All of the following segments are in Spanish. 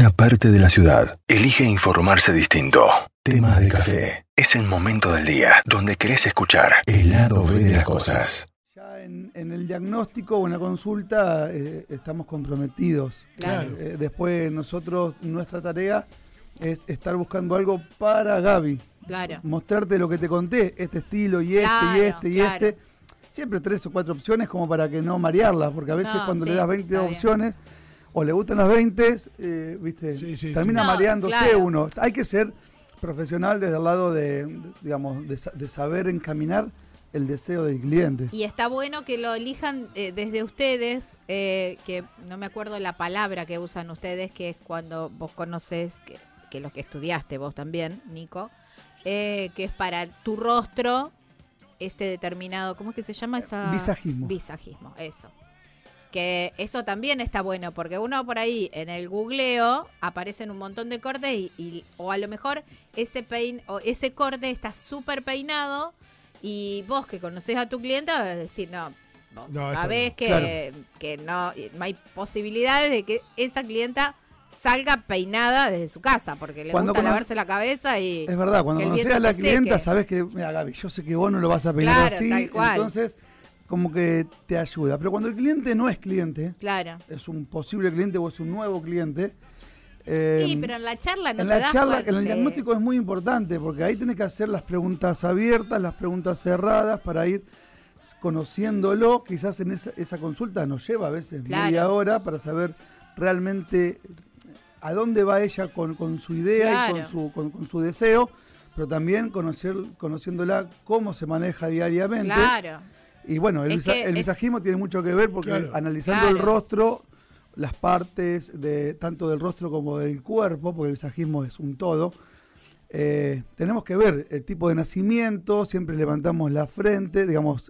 una parte de la ciudad elige informarse distinto. Temas de café. Es el momento del día donde querés escuchar el lado B de las cosas. Ya en el diagnóstico o en la consulta estamos comprometidos. Claro. Después nosotros, nuestra tarea es estar buscando algo para Gaby. Claro. Mostrarte lo que te conté, este estilo y este Claro, y este y claro. este. Siempre 3 o 4 opciones como para que no marearlas, porque a veces No, cuando sí, le das 20 está bien. opciones o le gustan las 20, ¿viste? Sí, Termina sí. No, mareándose claro. uno. Hay que ser profesional desde el lado de saber encaminar el deseo del cliente. Y está bueno que lo elijan desde ustedes, que no me acuerdo la palabra que usan ustedes, que es cuando vos conoces, que lo que estudiaste vos también, Nico, que es para tu rostro, este determinado, ¿cómo es que se llama esa? Visajismo. Visajismo, eso. Que eso también está bueno, porque uno por ahí en el googleo aparecen un montón de cortes o a lo mejor ese corte está súper peinado y vos que conocés a tu cliente vas a decir, no, vos No, está sabés bien. que no hay posibilidades de que esa clienta salga peinada desde su casa, porque le Cuando gusta cono- lavarse la cabeza y... Es verdad, cuando que el conoces viento a la te seque. clienta, sabes que, mira, Gaby, yo sé que vos no lo vas a peinar Claro, así, tal cual. entonces como que te ayuda. Pero cuando el cliente no es cliente, Claro. es un posible cliente o es un nuevo cliente, Sí, pero en la charla no en te la das charla, cuenta, en el sí. diagnóstico es muy importante, porque ahí tenés que hacer las preguntas abiertas, las preguntas cerradas para ir conociéndolo. Quizás en esa consulta nos lleva a veces Claro. media hora para saber realmente a dónde va ella con su idea Claro. y con su deseo, pero también conociéndola cómo se maneja diariamente. Claro. Y bueno, Es que el visajismo tiene mucho que ver porque Claro. analizando el Claro. rostro, las partes tanto del rostro como del cuerpo, porque el visajismo es un todo, tenemos que ver el tipo de nacimiento, siempre levantamos la frente, digamos,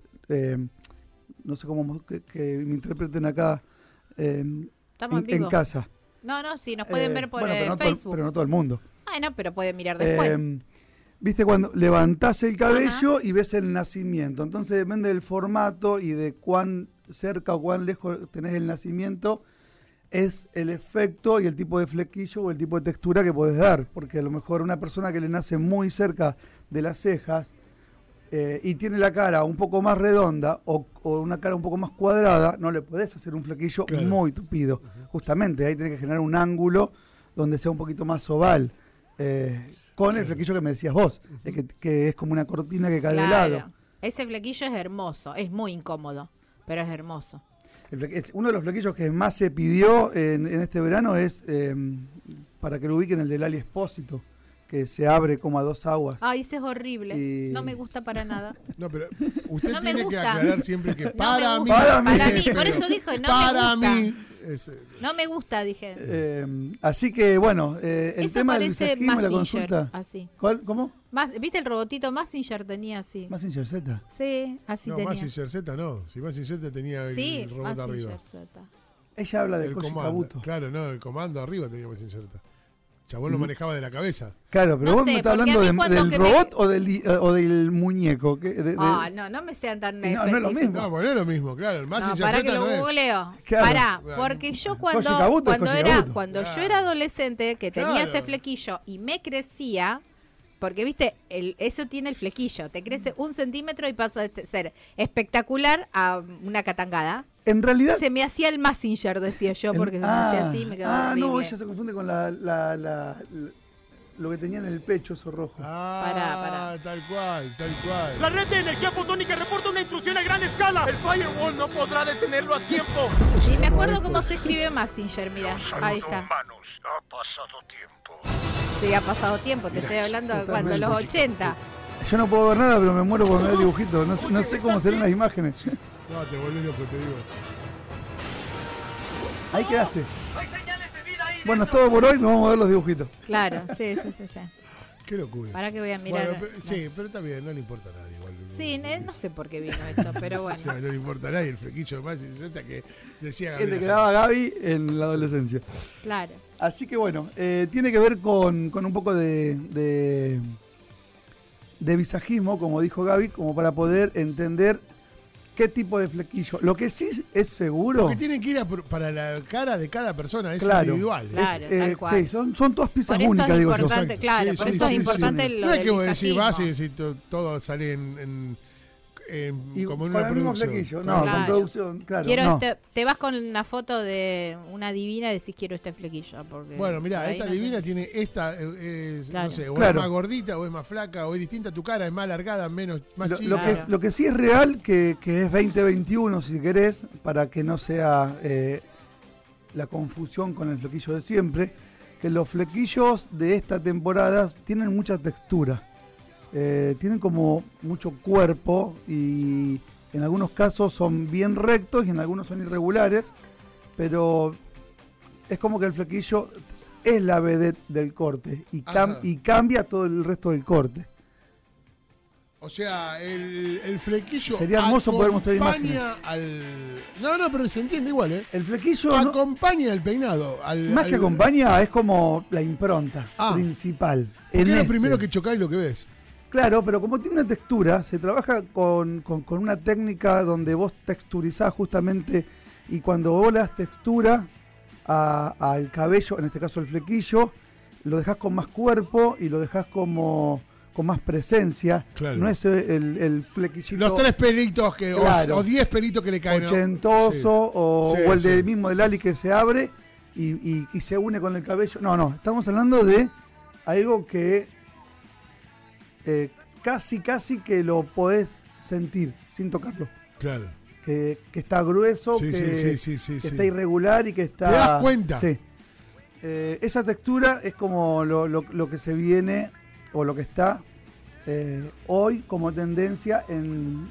no sé cómo que me interpreten acá Estamos en en vivo. casa. No, sí, nos pueden ver por bueno, pero no Facebook. pero no todo el mundo. Bueno, pero pueden mirar después. Viste cuando levantás el cabello y ves el nacimiento. Entonces depende del formato y de cuán cerca o cuán lejos tenés el nacimiento, es el efecto y el tipo de flequillo o el tipo de textura que podés dar. Porque a lo mejor una persona que le nace muy cerca de las cejas y tiene la cara un poco más redonda o una cara un poco más cuadrada, no le podés hacer un flequillo Claro. muy tupido. Justamente ahí tenés que generar un ángulo donde sea un poquito más oval. Con el flequillo que me decías vos, que es como una cortina que cae de Claro. lado. Ese flequillo es hermoso, es muy incómodo, pero es hermoso. Uno de los flequillos que más se pidió en este verano es, para que lo ubiquen, el del Ali Espósito, que se abre como a 2 aguas. Ay, ese es horrible. Y- No me gusta para nada. No, pero usted No me tiene que gusta. aclarar siempre que No para me mí. gusta. Para mí, Para mí, pero- por eso dijo, no para me gusta. mí. No me gusta, dije. Así que bueno, el Eso tema del parece visajismo y la Mazinger, consulta. así. ¿Cómo? ¿Viste el robotito Mazinger tenía así? Mazinger Z. Sí, así No, tenía. Mazinger Z no. Si Mazinger Z tenía Sí, el robot Mazinger arriba. Z. Ella habla de El Koji comando. Kabuto. Claro, no, el comando arriba tenía Mazinger Z. Chabón lo manejaba de la cabeza. Claro, pero No vos sé, me estás porque a hablando mí cuando del que me- robot o del muñeco. No me sean tan No, no es lo específicos. mismo. No, bueno, es lo mismo, claro. El No, Mazinger para Z que lo no es. googleo. Claro. Pará, Claro. porque yo Koji Kabuto es Koji Kabuto. cuando Claro. yo era adolescente, que tenía Claro. ese flequillo y me crecía, porque viste, eso tiene el flequillo, te crece 1 centímetro y pasa de ser espectacular a una catangada. En realidad... Se me hacía el Mazinger, decía yo, porque se me hacía así y me quedaba horrible. no, ella se confunde con lo que tenía en el pecho, eso rojo. Ah, Pará. tal cual, tal cual. La red de energía fotónica reporta una intrusión a gran escala. El firewall no podrá detenerlo a tiempo. Y me acuerdo cómo se escribe Mazinger, mira, ahí está. Humanos, ha pasado tiempo. Sí, ha pasado tiempo, te estoy hablando de cuando, totalmente. los 80. Yo no puedo ver nada, pero me muero por ver dibujitos. No sé cómo serán las imágenes. No, te volvés loco, te digo. Ahí quedaste. Hay señales de vida ahí. Bueno, es todo por hoy, nos vamos a ver los dibujitos. Claro, sí. Qué locura. Para que voy a mirar. Bueno, sí, pero está bien, no le importa a nadie igual. Sí, no sé por qué vino esto, pero O bueno. sea, no le importa a nadie el flequillo de Mazinger Z que decía Que le Gabriela. quedaba a Gaby en la adolescencia. Claro. Así que bueno, tiene que ver con un poco de visajismo, como dijo Gaby, como para poder entender qué tipo de flequillo. Lo que sí es seguro... Porque tienen que ir para la cara de cada persona, es Claro. individual. Claro, tal cual. Sí, son todas piezas Por eso únicas, es digo yo. importante, claro, Sí, por sí, eso sí, es importante sí. lo No es del que vos decís, visagismo. vas y decís, todo sale Y como en con una el mismo producción. flequillo. No, Claro. con Claro. producción, claro. Quiero no. te vas con una foto de una divina y decís quiero este flequillo. Porque Bueno, por mirá, ahí esta no sé. divina tiene esta, Claro. no sé, o Claro. es más gordita, o es más flaca, o es distinta a tu cara, es más alargada, más Lo, chica. lo que es, lo que sí es real, que es 2021, si querés, para que no sea la confusión con el flequillo de siempre, que los flequillos de esta temporada tienen mucha textura. Tienen como mucho cuerpo y en algunos casos son bien rectos y en algunos son irregulares, pero es como que el flequillo es la vedette del corte Ajá. y cambia todo el resto del corte. O sea, el flequillo Sería hermoso poder mostrar acompaña al... No, pero se entiende igual, ¿eh? El flequillo, no- Acompaña el peinado. más que acompaña, es como la impronta Ah. principal. Porque es lo este. primero que chocás y lo que ves. Claro, pero como tiene una textura, se trabaja con una técnica donde vos texturizás justamente y cuando vos le das textura al cabello, en este caso el flequillo, lo dejás con más cuerpo y lo dejás como con más presencia. Claro. No es el flequillito Los 3 pelitos que Claro. o 10 pelitos que le caen. ¿no? ochentoso Sí. o Sí, el sí. del mismo del Ali que se abre y se une con el cabello. No, estamos hablando de algo que casi que lo podés sentir sin tocarlo. Claro. Que está grueso, Sí, que sí. está irregular y que está... ¿Te das cuenta? Sí. Esa textura es como lo que se viene o lo que está hoy como tendencia en...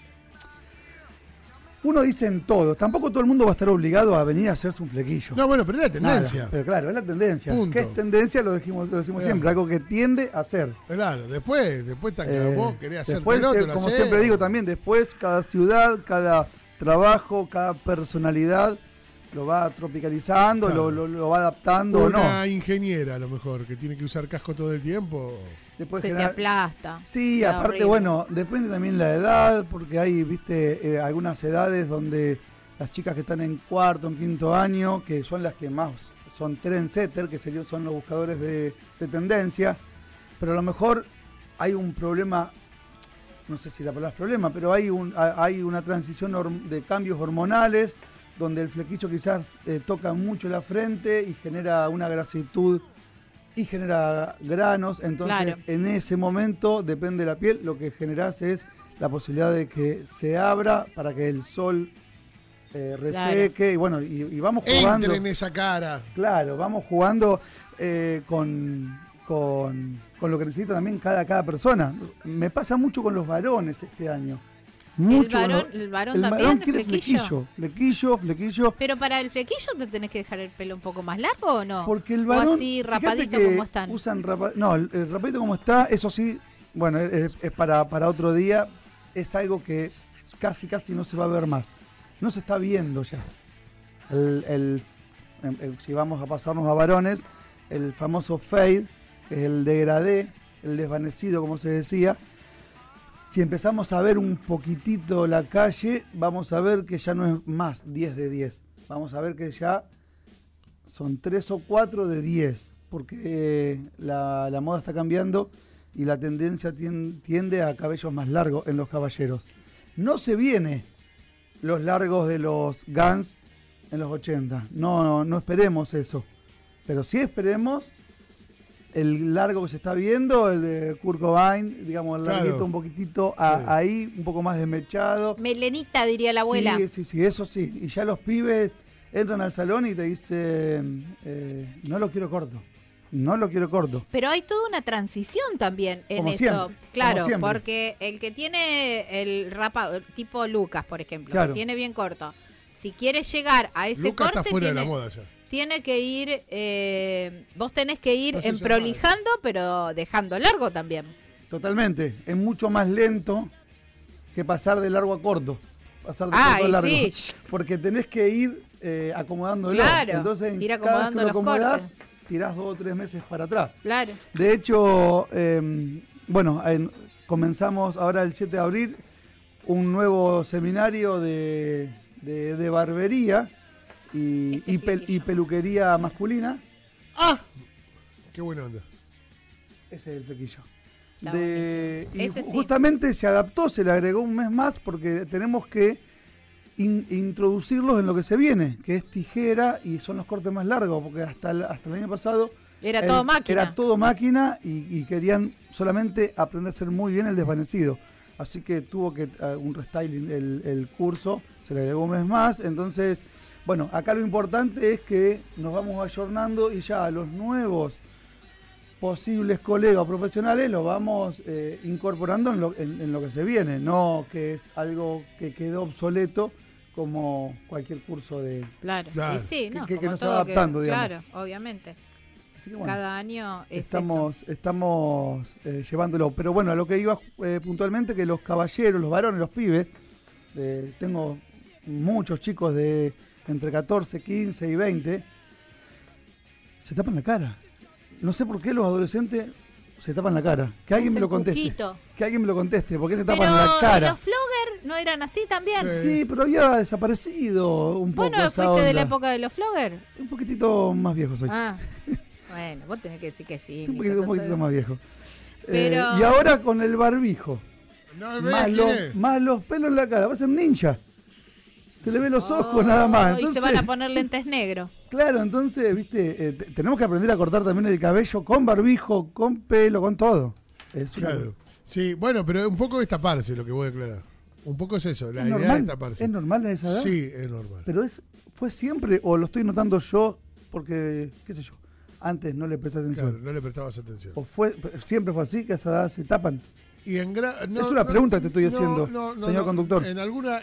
Uno dice en todo, tampoco todo el mundo va a estar obligado a venir a hacerse un flequillo. No, bueno, pero es la tendencia. Nada, pero claro, es la tendencia. Punto. ¿Qué es tendencia? Lo decimos Claro. siempre, algo que tiende a ser. Claro, después tan claro, vos querés hacer Después, como siempre digo también, después cada ciudad, cada trabajo, cada personalidad lo va tropicalizando, Claro. lo va adaptando o no. Una ingeniera a lo mejor, que tiene que usar casco todo el tiempo. Después Se te generar- aplasta. Sí, Queda aparte, horrible. bueno, depende también la edad, porque hay, viste, algunas edades donde las chicas que están en cuarto, en quinto año, que son las que más son trendsetter, que son los buscadores de tendencia, pero a lo mejor hay un problema, no sé si la palabra es problema, pero hay una transición de cambios hormonales, donde el flequillo quizás toca mucho la frente y genera una grasitud y genera granos, entonces Claro. en ese momento, depende de la piel, lo que generás es la posibilidad de que se abra para que el sol reseque, y bueno, y vamos jugando. Entre en esa cara. Claro, vamos jugando con lo que necesita también cada persona. Me pasa mucho con los varones este año. Mucho con el varón el también, varón quiere flequillo. flequillo. Pero para el flequillo te tenés que dejar el pelo un poco más largo o no? Porque el o varón, así fíjate rapadito que como están. usan no, el rapadito como está, eso sí, bueno, es para otro día, es algo que casi no se va a ver más. No se está viendo ya. Si vamos a pasarnos a varones, el famoso fade, que es el degradé, el desvanecido, como se decía. Si empezamos a ver un poquitito la calle, vamos a ver que ya no es más 10 de 10. Vamos a ver que ya son 3 o 4 de 10, porque la moda está cambiando y la tendencia tiende a cabellos más largos en los caballeros. No se viene los largos de los Guns en los 80, no esperemos eso, pero sí esperemos el largo que se está viendo, el de Kurt Cobain, digamos, el Claro. larguito un poquitito ahí, un poco más desmechado. Melenita, diría la abuela. Sí, eso sí. Y ya los pibes entran al salón y te dicen, no lo quiero corto. Pero hay toda una transición también en Como eso. siempre, Claro, como siempre. porque el que tiene el rapado, tipo Lucas, por ejemplo, Claro. que tiene bien corto, si quiere llegar a ese Lucas corte, está fuera de la moda ya. tiene que ir, vos tenés que ir No se llama. prolijando, pero dejando largo también. Totalmente. Es mucho más lento que pasar de largo a corto. Pasar de corto a Ay, largo. sí. Porque tenés que ir acomodándolo. Claro, Entonces, ir cada vez acomodando que lo los acomodás, cortes. tirás 2 o 3 meses para atrás. Claro. De hecho, comenzamos ahora el 7 de abril un nuevo seminario de barbería y peluquería masculina. ¡Ah! ¡Qué buena onda! Ese es el flequillo. Está Y buenísimo. Ese sí. justamente se adaptó, se le agregó un mes más porque tenemos que introducirlos en lo que se viene, que es tijera y son los cortes más largos, porque hasta el año pasado Era todo máquina. Era todo máquina y querían solamente aprender a hacer muy bien el desvanecido. Así que tuvo que un restyling el curso, se le agregó un mes más. Entonces, bueno, acá lo importante es que nos vamos ayornando y ya los nuevos posibles colegas o profesionales los vamos incorporando en lo que se viene, no que es algo que quedó obsoleto como cualquier curso de... Claro. Claro. Y sí, ¿no? Que Como nos todo va adaptando, digamos. Claro, obviamente. Así que bueno, Cada año es estamos llevándolo. Pero bueno, a lo que iba puntualmente, que los caballeros, los varones, los pibes, tengo muchos chicos de entre 14, 15 y 20, se tapan la cara. No sé por qué los adolescentes se tapan la cara. Que alguien me lo conteste. Cuquito. Que alguien me lo conteste. ¿Por qué se Pero tapan la cara? los flogger no eran así también. Sí, pero había desaparecido un poco ¿Vos no esa fuiste de onda. la época de los flogger? Un poquitito más viejo soy. Ah, bueno, vos tenés que decir que sí. Un Nico, poquitito más viejo. Pero- Y ahora con el barbijo. No, Más los pelos en la cara. Va a ser ninja. Se le ve los ojos nada más. Y Entonces, se van a poner lentes negros. claro, entonces, viste, tenemos que aprender a cortar también el cabello con barbijo, con pelo, con todo. Es una- Claro. Sí, bueno, pero un poco es taparse lo que voy a aclarar. Un poco es eso, la ¿Es idea normal? es taparse. ¿Es normal en esa edad? Sí, es normal. Pero fue siempre, o lo estoy notando yo, porque, qué sé yo, antes no le presté atención. Claro, no le prestabas atención. O siempre fue así, que a esa edad se tapan. Y en Es una pregunta que te estoy haciendo, señor conductor. En algunos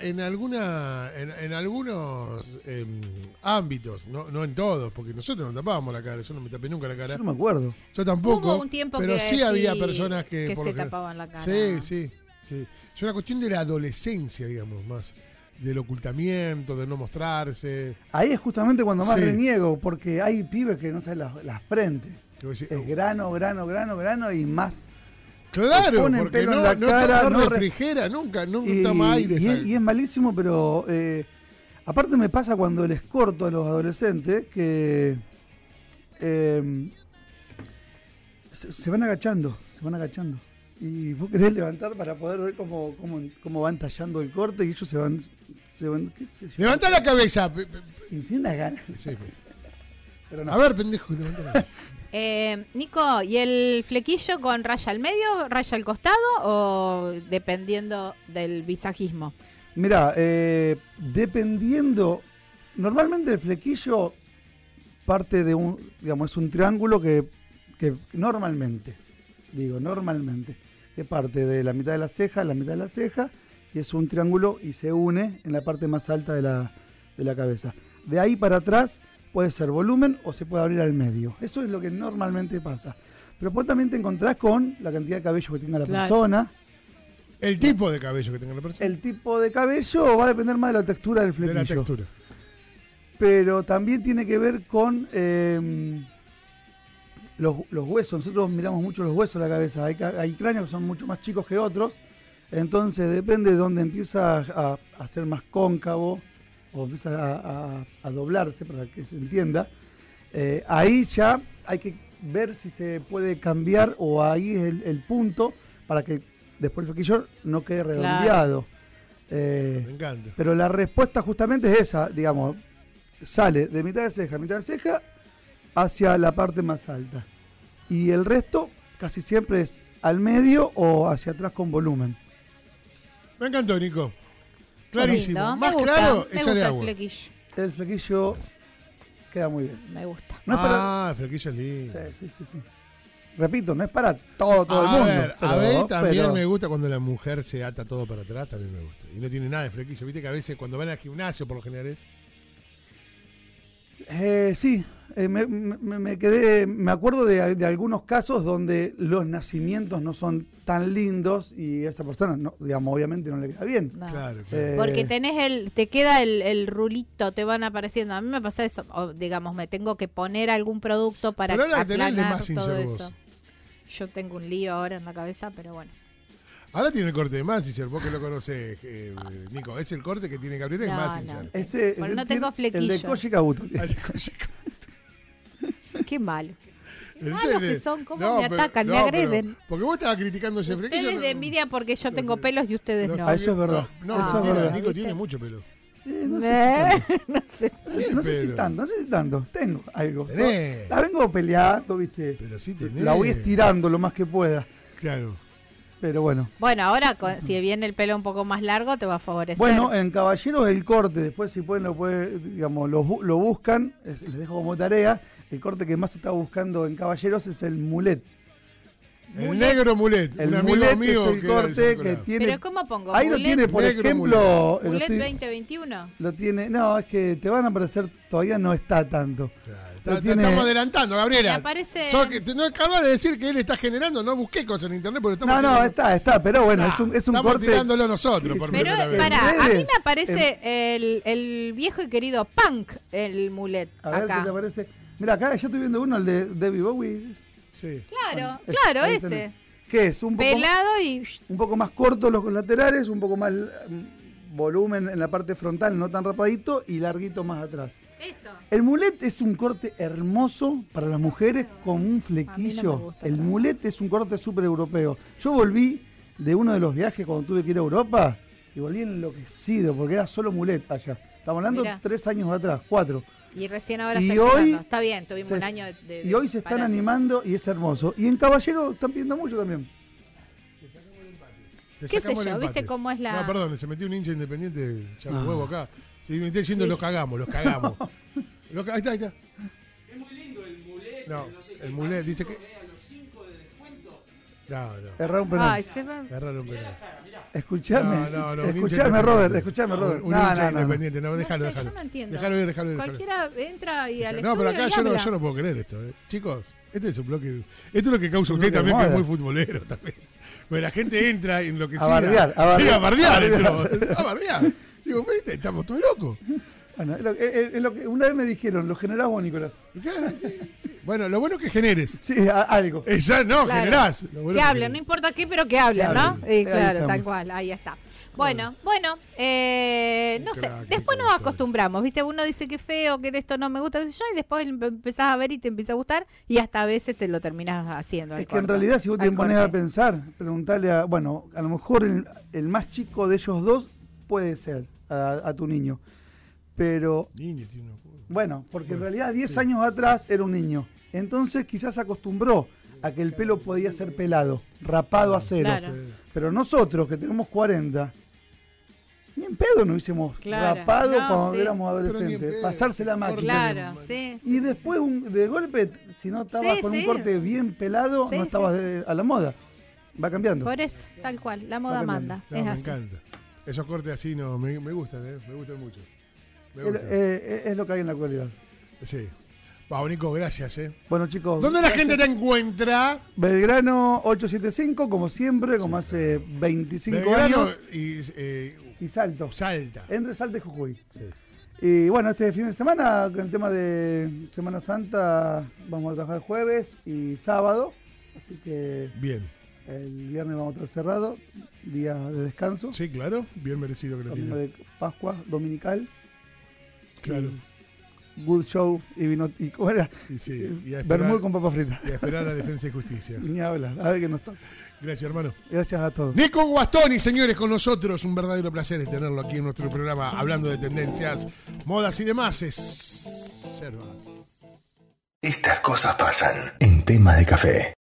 ámbitos, no en todos, porque nosotros no tapábamos la cara, yo no me tapé nunca la cara. Yo no me acuerdo. Yo tampoco. Hubo un tiempo pero que sí había personas que se por lo tapaban la cara. Sí. Es una cuestión de la adolescencia, digamos, más. Del ocultamiento, de no mostrarse. Ahí es justamente cuando más Sí. reniego, porque hay pibes que no saben la frente. Que vos decís, Es grano y más. claro, se ponen porque pelo no, en la no, cara, no no refrigera nunca toma aire. y es malísimo, pero aparte me pasa cuando les corto a los adolescentes que se van agachando. Y vos querés levantar para poder ver cómo van tallando el corte y ellos se van qué sé yo. Levantá la cabeza. Y tienen las ganas. Sí. Pero no. A ver, pendejo, levantá la cabeza. Nico, ¿y el flequillo con raya al medio, raya al costado o dependiendo del visajismo? Mirá, dependiendo, normalmente el flequillo parte de es un triángulo que normalmente, que parte de la mitad de la ceja, y es un triángulo y se une en la parte más alta de la cabeza. De ahí para atrás puede ser volumen o se puede abrir al medio. Eso es lo que normalmente pasa. Pero después también te encontrás con la cantidad de cabello que tenga la Claro. persona. El tipo de cabello que tenga la persona. El tipo de cabello va a depender más de la textura del de flequillo. la textura. Pero también tiene que ver con los huesos. Nosotros miramos mucho los huesos de la cabeza. Hay cráneos que son mucho más chicos que otros. Entonces depende de dónde empieza a ser más cóncavo o empieza a doblarse, para que se entienda. Ahí ya hay que ver si se puede cambiar, o ahí es el punto para que después el flequillo no quede redondeado. Me encanta. Pero la respuesta justamente es esa, digamos, sale de mitad de ceja hacia la parte más alta. Y el resto casi siempre es al medio o hacia atrás con volumen. Me encantó, Nico. Clarísimo. Lindo, Más me gusta, claro, me échale gusta agua. el flequillo, El flequillo queda muy bien. me gusta. No es para... El flequillo es lindo. Sí. Repito, no es para todo el mundo. A ver, también pero- me gusta cuando la mujer se ata todo para atrás, también me gusta. Y no tiene nada de flequillo. Viste que a veces cuando van al gimnasio, por lo general es. Sí, me acuerdo de algunos casos donde los nacimientos no son tan lindos y a esa persona, no, digamos, obviamente no le queda bien. No. Claro. Porque te queda el rulito, te van apareciendo. A mí me pasa eso, o, digamos, me tengo que poner algún producto para Pero ahora tenés de aplanar más sin todo ser eso. vos. Yo tengo un lío ahora en la cabeza, pero bueno. Ahora tiene el corte de Mazinger, vos que lo conocés, Nico. Es el corte que tiene Gabriela y No, Mazinger. no. Ese, Pero no tiene tengo flequillo. El de Koji Kabuto. Ah, el Koji Qué malo. ¿En Malos serio? que son, cómo No, me pero- atacan, me no, agreden. pero- porque vos estabas criticando ese flequillo. Ustedes de envidia porque yo tengo pelos y ustedes no. Ah, eso es verdad. No, Ah, eso es verdad. verdad. Nico ¿viste? tiene mucho pelo. No sé si tanto. No sé. No sé si pero- tanto, no sé si tanto. Tengo algo. Tenés. La vengo peleando, ¿viste? Pero sí tenés. La voy estirando lo más que pueda. Claro. Pero bueno. Bueno, ahora si viene el pelo un poco más largo te va a favorecer. Bueno, en Caballeros el corte, después si pueden digamos, lo buscan, les dejo como tarea. El corte que más se está buscando en Caballeros es el mulet. El negro mulet. El un amigo mulet mío es el que era de corte San que Nicolás. tiene. Pero ¿cómo pongo? Ahí lo Mulet- tiene, por Negro ejemplo. ¿Mulet 2021? Lo tiene. No, es que te van a aparecer, todavía no está tanto. Claro, Lo tiene- Estamos adelantando, Gabriela. Me aparece- No acabas de decir que él está generando, no busqué cosas en internet porque estamos No, está, pero bueno, es un estamos corte. tirándolo nosotros por Pero, primera vez. Pará, a mí redes, me aparece el viejo y querido Punk, el mulet, A ver acá. qué te parece. Mira, acá yo estoy viendo uno, el de David Bowie. Sí. Claro, Bueno, claro, ahí ese. tenés. ¿Qué es? Un poco más corto los laterales, un poco más volumen en la parte frontal, no tan rapadito, y larguito más atrás. Esto. El mulet es un corte hermoso para las mujeres con un A mí no flequillo. me gusta El tanto. mulet es un corte súper europeo. Yo volví de uno de los viajes cuando tuve que ir a Europa y volví enloquecido porque era solo mulet allá. Estamos hablando Mirá. 3 años atrás, 4. Y recién ahora Y está hoy empezando. Está bien, tuvimos se- un año de Y hoy se están parate. animando y es hermoso. Y en Caballero están pidiendo mucho también. Te ¿Qué sé sacamos el yo? empate. ¿Viste cómo es la...? No, perdón, se metió un hincha independiente, echando huevo acá. Sí, me está diciendo los cagamos. Ahí está. Es muy lindo el mulet. No, el mulet dice que... No. Errar un penal. Ay, se va... Erraron un penal. Escuchame, No, un hincha escuchame independiente. Robert, escuchame Robert. Un No, hincha no. independiente, no, déjalo. No sé, yo no entiendo. Déjalo ir. Cualquiera entra y al No, pero acá estudio y habla. yo no puedo creer esto. Chicos, este es un bloque. Esto es lo que causa Un usted bloque también, de que es moda. muy futbolero también. Bueno, la gente entra en lo que A bardear, Sí, a bardear. a entró. A bardear. Digo, ¿viste? Estamos todos locos. Bueno, es lo que una vez me dijeron, lo generás vos, Nicolás. Claro, sí. Bueno, lo bueno es que generes. Sí, algo. Ya no, Claro. generás. Lo bueno Que es hablen, no importa qué, pero que hablen, Que ¿no? hablen. Ahí Claro, estamos. tal cual, ahí está. Bueno, no sé, crack, después qué nos crack. acostumbramos, ¿viste? Uno dice que feo, que esto no me gusta, qué sé yo, y después empezás a ver y te empieza a gustar, y hasta a veces te lo terminás haciendo. Es que en realidad si vos te pones a pensar, preguntarle a lo mejor el más chico de ellos dos puede ser a tu niño. Pero, Niño, tiene una- bueno, porque en realidad 10 años atrás era un niño. Entonces quizás se acostumbró a que el pelo podía ser pelado, rapado a cero. Claro. Pero nosotros que tenemos 40, ni en pedo nos hubiésemos Claro. rapado No, cuando sí. éramos Pero ni en adolescentes. pedo. Pasarse la máquina. Claro, sí. Y después de golpe, si no estabas Sí, con sí. un corte bien pelado, Sí, no sí, estabas sí. A la moda. Va cambiando. Por eso, tal cual, la moda cambiando. manda, No, es me así. encanta. Esos cortes así no, me gustan, me gustan mucho. Me Es, gustan. es lo que hay en la actualidad. Sí. Wow, Nico, gracias, Bueno, chicos. ¿Dónde la gracias. gente te encuentra? Belgrano 875, como siempre, como hace 25 Belgrano años. y Y Salto. Salta. Entre Salta y Jujuy. Sí. Y bueno, este fin de semana, con el tema de Semana Santa, vamos a trabajar jueves y sábado. Así que Bien. el viernes vamos a estar cerrado, día de descanso. Sí, claro. Bien merecido que lo Domingo tiene. de Pascua, dominical. Claro. Y good show y vino. Y, ¿cómo era? Y sí, y a esperar- Bermud con papa frita. Y a esperar a Defensa y Justicia. Ni hablar, a ver qué nos toca. Gracias, hermano. Gracias a todos. Nico Guastoni, señores, con nosotros. Un verdadero placer es tenerlo aquí en nuestro programa, hablando de tendencias, modas y demás. Yervas. Estas cosas pasan en Tema de Café.